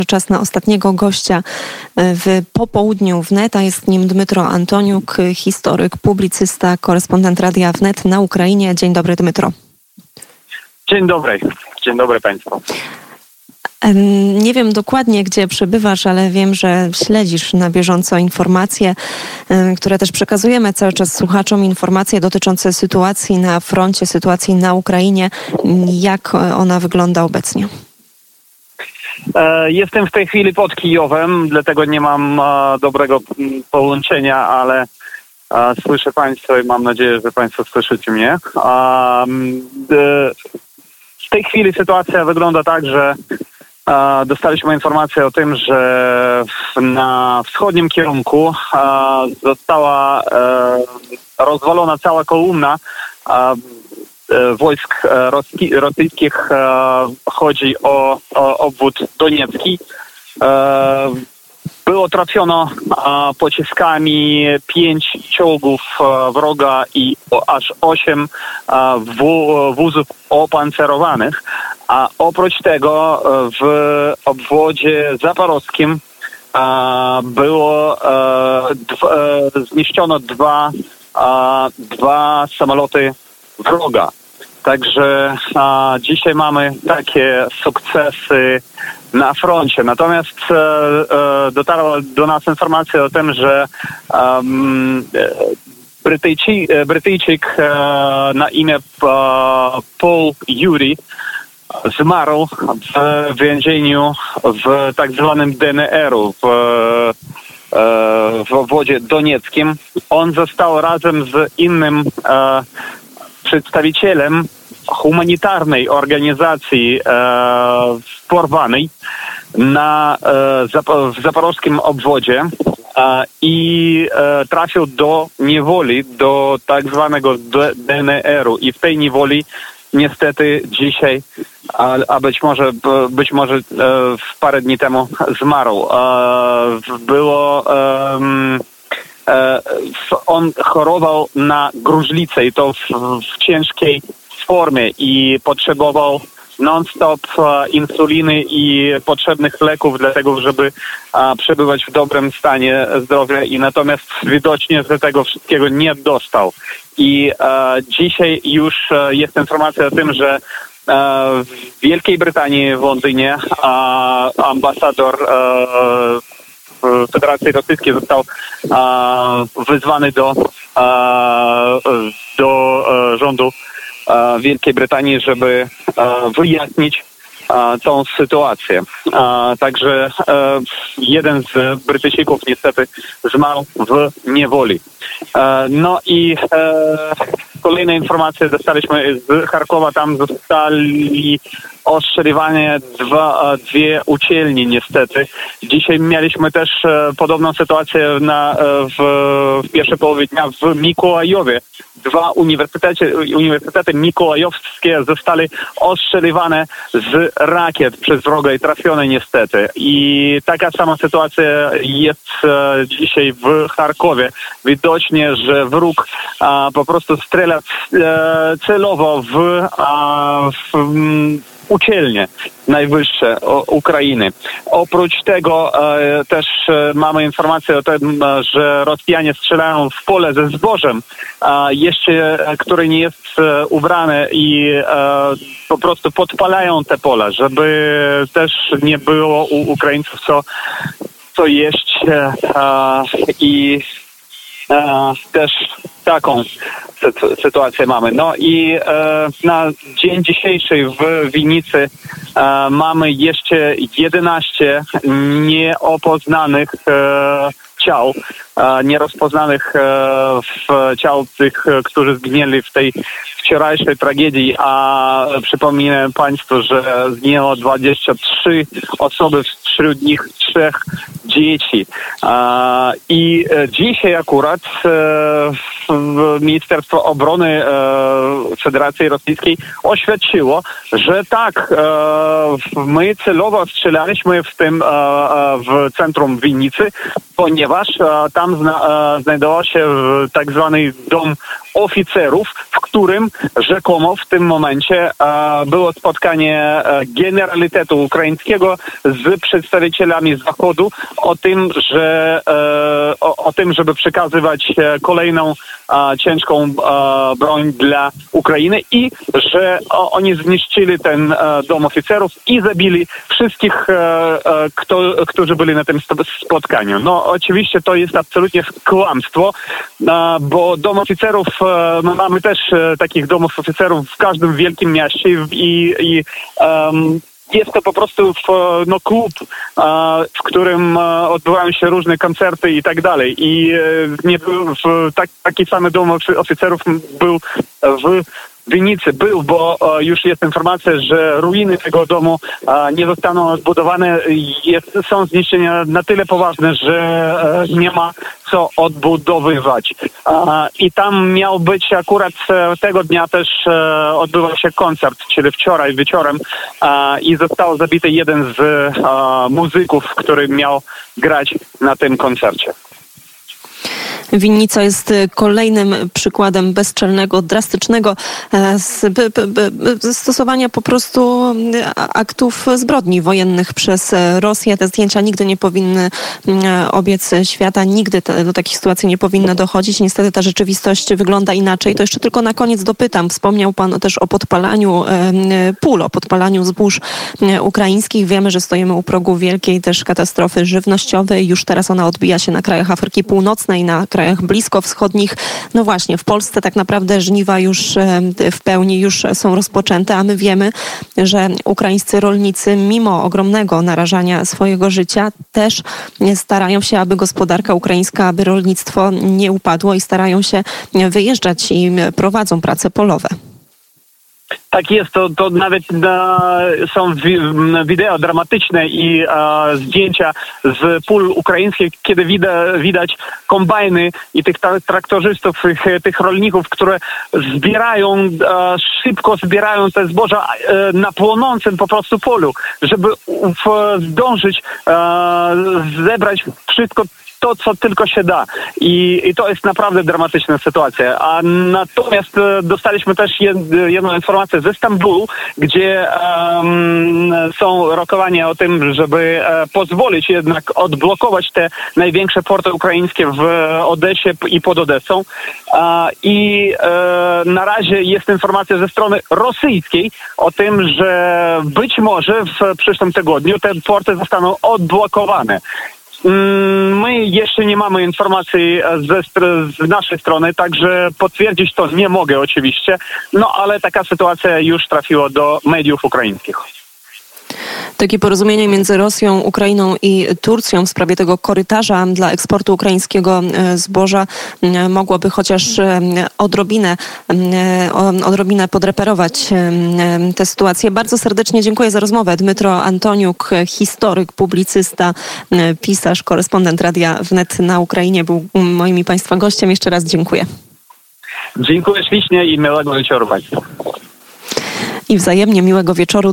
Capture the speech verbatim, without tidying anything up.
Czas na ostatniego gościa w popołudniu wnet, a jest nim Dmytro Antoniuk, historyk, publicysta, korespondent Radia Wnet na Ukrainie. Dzień dobry, Dmytro. Dzień dobry. Dzień dobry Państwu. Nie wiem dokładnie, gdzie przebywasz, ale wiem, że śledzisz na bieżąco informacje, które też przekazujemy cały czas słuchaczom, informacje dotyczące sytuacji na froncie, sytuacji na Ukrainie. Jak ona wygląda obecnie? Jestem w tej chwili pod Kijowem, dlatego nie mam dobrego połączenia, ale słyszę Państwa i mam nadzieję, że Państwo słyszycie mnie. W tej chwili sytuacja wygląda tak, że dostaliśmy informację o tym, że na wschodnim kierunku została rozwalona cała kolumna wojsk rosyjskich. Chodzi o, o obwód doniecki. Było trafiono pociskami pięć czołgów wroga i aż osiem wózów opancerowanych. A oprócz tego w obwodzie zaporowskim było zniszczono dwa, dwa samoloty wroga. Także a, dzisiaj mamy takie sukcesy na froncie. Natomiast e, e, dotarła do nas informacja o tym, że um, Brytyjczyk, Brytyjczyk e, na imię e, Paul Jury zmarł w więzieniu w tak zwanym D N R-u w, e, w obwodzie donieckim. On został razem z innym e, przedstawicielem humanitarnej organizacji e, porwanej na, e, zap- w zaporowskim obwodzie e, i e, trafił do niewoli, do tak zwanego D N R-u i w tej niewoli niestety dzisiaj, a, a być może być może e, parę dni temu zmarł. E, było e, On chorował na gruźlicę i to w, w ciężkiej formie i potrzebował non-stop insuliny i potrzebnych leków dlatego, żeby a, przebywać w dobrym stanie zdrowia i natomiast widocznie, że tego wszystkiego nie dostał. I a, dzisiaj już a, jest informacja o tym, że a, w Wielkiej Brytanii w Londynie a, ambasador a, w Federacji Rosyjskiej został a, wyzwany do, a, do a, rządu a, Wielkiej Brytanii, żeby a, wyjaśnić a, tą sytuację. A, także a, jeden z Brytyjczyków niestety zmarł w niewoli. A, no i a, kolejne informacje dostaliśmy z Charkowa. Tam zostali ostrzeliwane dwa, dwie uczelnie niestety. Dzisiaj mieliśmy też e, podobną sytuację na, e, w, w pierwszej połowie dnia w Mikołajowie. Dwa uniwersytety, uniwersytety mikołajowskie zostały ostrzeliwane z rakiet przez wroga i trafione niestety. I taka sama sytuacja jest e, dzisiaj w Charkowie. Widocznie, że wróg a, po prostu strzela e, celowo w, a, w uczelnie najwyższe o, Ukrainy. Oprócz tego e, też e, mamy informację o tym, e, że Rosjanie strzelają w pole ze zbożem, e, jeszcze, e, które nie jest e, ubrane i e, po prostu podpalają te pola, żeby też nie było u Ukraińców co, co jeść e, e, i e, też taką sytuację mamy. No i e, na dzień dzisiejszy w Winnicy e, mamy jeszcze jedenaście nieopoznanych e, ciał, e, nierozpoznanych e, w ciał tych, którzy zginęli w tej wczorajszej tragedii, a przypominam Państwu, że zginęło dwadzieścia trzy osoby, wśród nich trzech dzieci. E, I dzisiaj akurat e, Ministerstwo Obrony e, Federacji Rosyjskiej oświadczyło, że tak, e, my celowo strzelaliśmy w tym e, w centrum Winnicy, ponieważ tam zna, znajdował się tak zwany dom oficerów, w którym rzekomo w tym momencie było spotkanie generalitetu ukraińskiego z przedstawicielami Zachodu o tym, że o, o tym, żeby przekazywać kolejną ciężką broń dla Ukrainy i że oni zniszczyli ten dom oficerów i zabili wszystkich, kto, którzy byli na tym spotkaniu. No oczywiście to jest absolutnie kłamstwo, bo dom oficerów, my mamy też takich domów oficerów w każdym wielkim mieście i, i um, jest to po prostu no, klub, w którym odbywają się różne koncerty i tak dalej. I nie był w, tak, taki sam dom oficerów był w Winnicy. Był, bo już jest informacja, że ruiny tego domu nie zostaną odbudowane. Jest, są zniszczenia na tyle poważne, że nie ma co odbudowywać. I tam miał być akurat tego dnia też odbywał się koncert, czyli wczoraj wieczorem i został zabity jeden z muzyków, który miał grać na tym koncercie. Winnica jest kolejnym przykładem bezczelnego, drastycznego stosowania po prostu aktów zbrodni wojennych przez Rosję. Te zdjęcia nigdy nie powinny obiec świata, nigdy do takich sytuacji nie powinno dochodzić. Niestety ta rzeczywistość wygląda inaczej. To jeszcze tylko na koniec dopytam. Wspomniał pan też o podpalaniu pól, o podpalaniu zbóż ukraińskich. Wiemy, że stoimy u progu wielkiej też katastrofy żywnościowej. Już teraz ona odbija się na krajach Afryki Północnej, na krajach bliskowschodnich. No właśnie, w Polsce tak naprawdę żniwa już w pełni już są rozpoczęte, a my wiemy, że ukraińscy rolnicy mimo ogromnego narażania swojego życia też starają się, aby gospodarka ukraińska, aby rolnictwo nie upadło i starają się wyjeżdżać i prowadzą prace polowe. Tak jest, to, to nawet e, są wi wideo dramatyczne i e, zdjęcia z pól ukraińskich, kiedy wida widać kombajny i tych traktorzystów, tych, tych rolników, które zbierają, e, szybko zbierają te zboża e, na płonącym po prostu polu, żeby w, zdążyć e, zebrać wszystko to, co tylko się da. I, i to jest naprawdę dramatyczna sytuacja. A natomiast e, dostaliśmy też jed, jedną informację ze Stambulu, gdzie um, są rokowania o tym, żeby e, pozwolić jednak odblokować te największe porty ukraińskie w Odesie i pod Odessą. E, I e, na razie jest informacja ze strony rosyjskiej o tym, że być może w przyszłym tygodniu te porty zostaną odblokowane. My jeszcze nie mamy informacji ze, z naszej strony, także potwierdzić to nie mogę oczywiście, no ale taka sytuacja już trafiła do mediów ukraińskich. Takie porozumienie między Rosją, Ukrainą i Turcją w sprawie tego korytarza dla eksportu ukraińskiego zboża mogłoby chociaż odrobinę, odrobinę podreperować tę sytuację. Bardzo serdecznie dziękuję za rozmowę. Dmytro Antoniuk, historyk, publicysta, pisarz, korespondent Radia Wnet na Ukrainie był moim i Państwa gościem. Jeszcze raz dziękuję. Dziękuję ślicznie i miłego wieczoru Państwu. I wzajemnie miłego wieczoru.